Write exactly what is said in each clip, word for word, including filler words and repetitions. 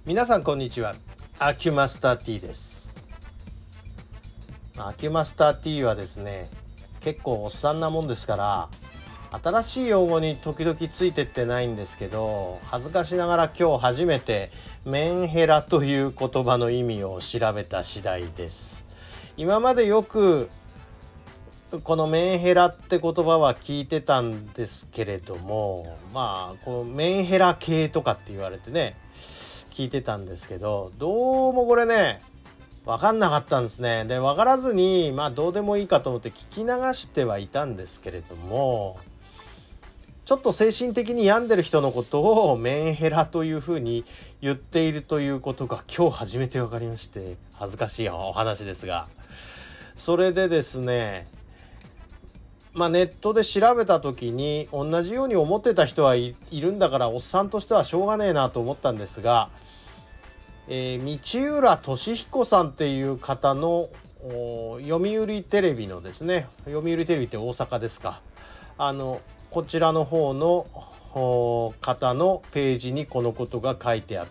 皆さんこんにちは。アキュマスター T です。アキュマスター T はですね、結構おっさんなもんですから新しい用語に時々ついてってないんですけど、恥ずかしながら今日初めてメンヘラという言葉の意味を調べた次第です。今までよくこのメンヘラって言葉は聞いてたんですけれども、まあこのメンヘラ系とかって言われてね聞いてたんですけど、どうもこれね分かんなかったんですね。で分からずにまあどうでもいいかと思って聞き流してはいたんですけれども、ちょっと精神的に病んでる人のことをメンヘラというふうに言っているということが今日初めて分かりまして、恥ずかしいお話ですが、それでですね、まあネットで調べた時に同じように思ってた人はい、いるんだからおっさんとしてはしょうがねえなと思ったんですが、えー、道浦俊彦さんっていう方の読売テレビのですね、読売テレビって大阪ですか、あのこちらの方の方のページにこのことが書いてあって、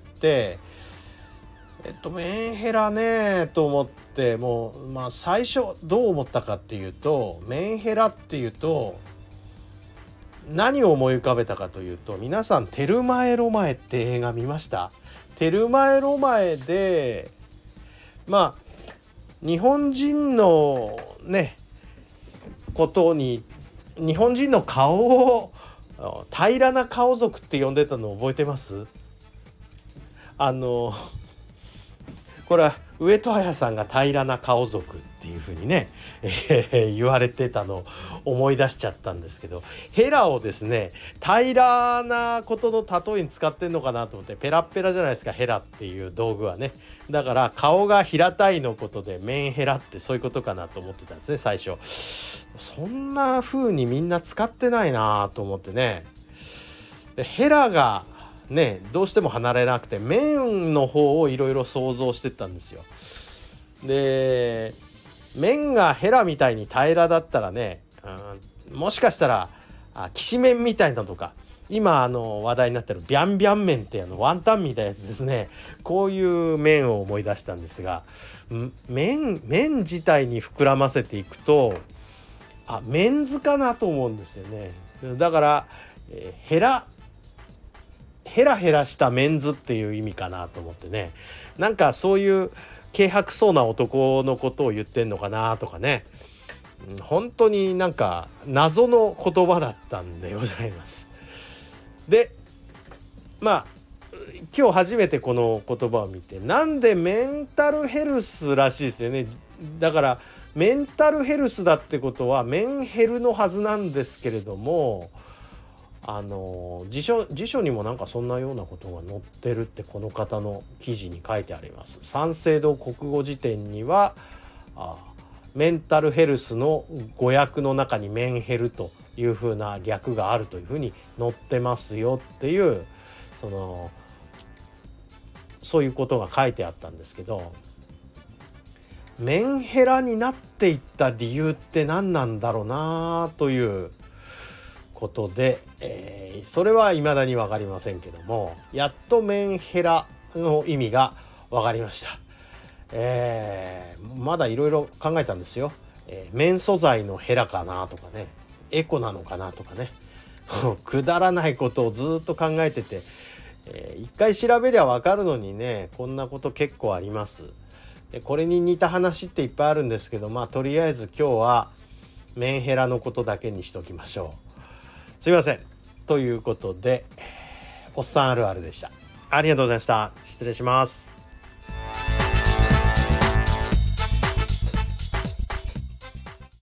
えっとメンヘラねと思って、もうまあ最初どう思ったかっていうと、メンヘラっていうと何を思い浮かべたかというと、皆さんテルマエロマエって映画見ました？テルマエロマエでまあ日本人のねことに、日本人の顔を平らな顔族って呼んでたの覚えてます？あのこれは上戸彩さんが平らな顔族っていう風にね、えー、言われてたのを思い出しちゃったんですけど、ヘラをですね平らなことの例えに使ってんのかなと思って、ペラッペラじゃないですかヘラっていう道具はね。だから顔が平たいのことでメンヘラってそういうことかなと思ってたんですね最初。そんな風にみんな使ってないなと思ってね。でヘラがねどうしても離れなくて面の方をいろいろ想像してったんですよ。で面がヘラみたいに平らだったらね、うん、もしかしたらあきしめんみたいなとか、今あの話題になってるビャンビャン麺ってあのワンタンみたいなやつですね。こういう麺を思い出したんですが、麺麺自体に膨らませていくとあメンズかなと思うんですよね。だから、えー、ヘラヘラヘラしたメンズっていう意味かなと思ってね、なんかそういう軽薄そうな男のことを言ってんのかなとかね、本当になんか謎の言葉だったんでございます。でまあ今日初めてこの言葉を見て、なんでメンタルヘルスらしいですよね。だからメンタルヘルスだってことはメンヘルのはずなんですけれども、あの辞書、辞書にもなんかそんなようなことが載ってるってこの方の記事に書いてあります。三省堂国語辞典にはあメンタルヘルスの語訳の中にメンヘルというふうな略があるというふうに載ってますよっていう、そのそういうことが書いてあったんですけど、メンヘラになっていった理由って何なんだろうなということで、えー、それは未だに分かりませんけども、やっとメンヘラの意味が分かりました。えー、まだいろいろ考えたんですよ。えー、綿素材のヘラかなとかね、エコなのかなとかねくだらないことをずっと考えてて、えー、一回調べりゃ分かるのにね、こんなこと結構あります。でこれに似た話っていっぱいあるんですけど、まあとりあえず今日はメンヘラのことだけにしときましょう。すいません。ということでおっさんあるあるでした。ありがとうございました。失礼します。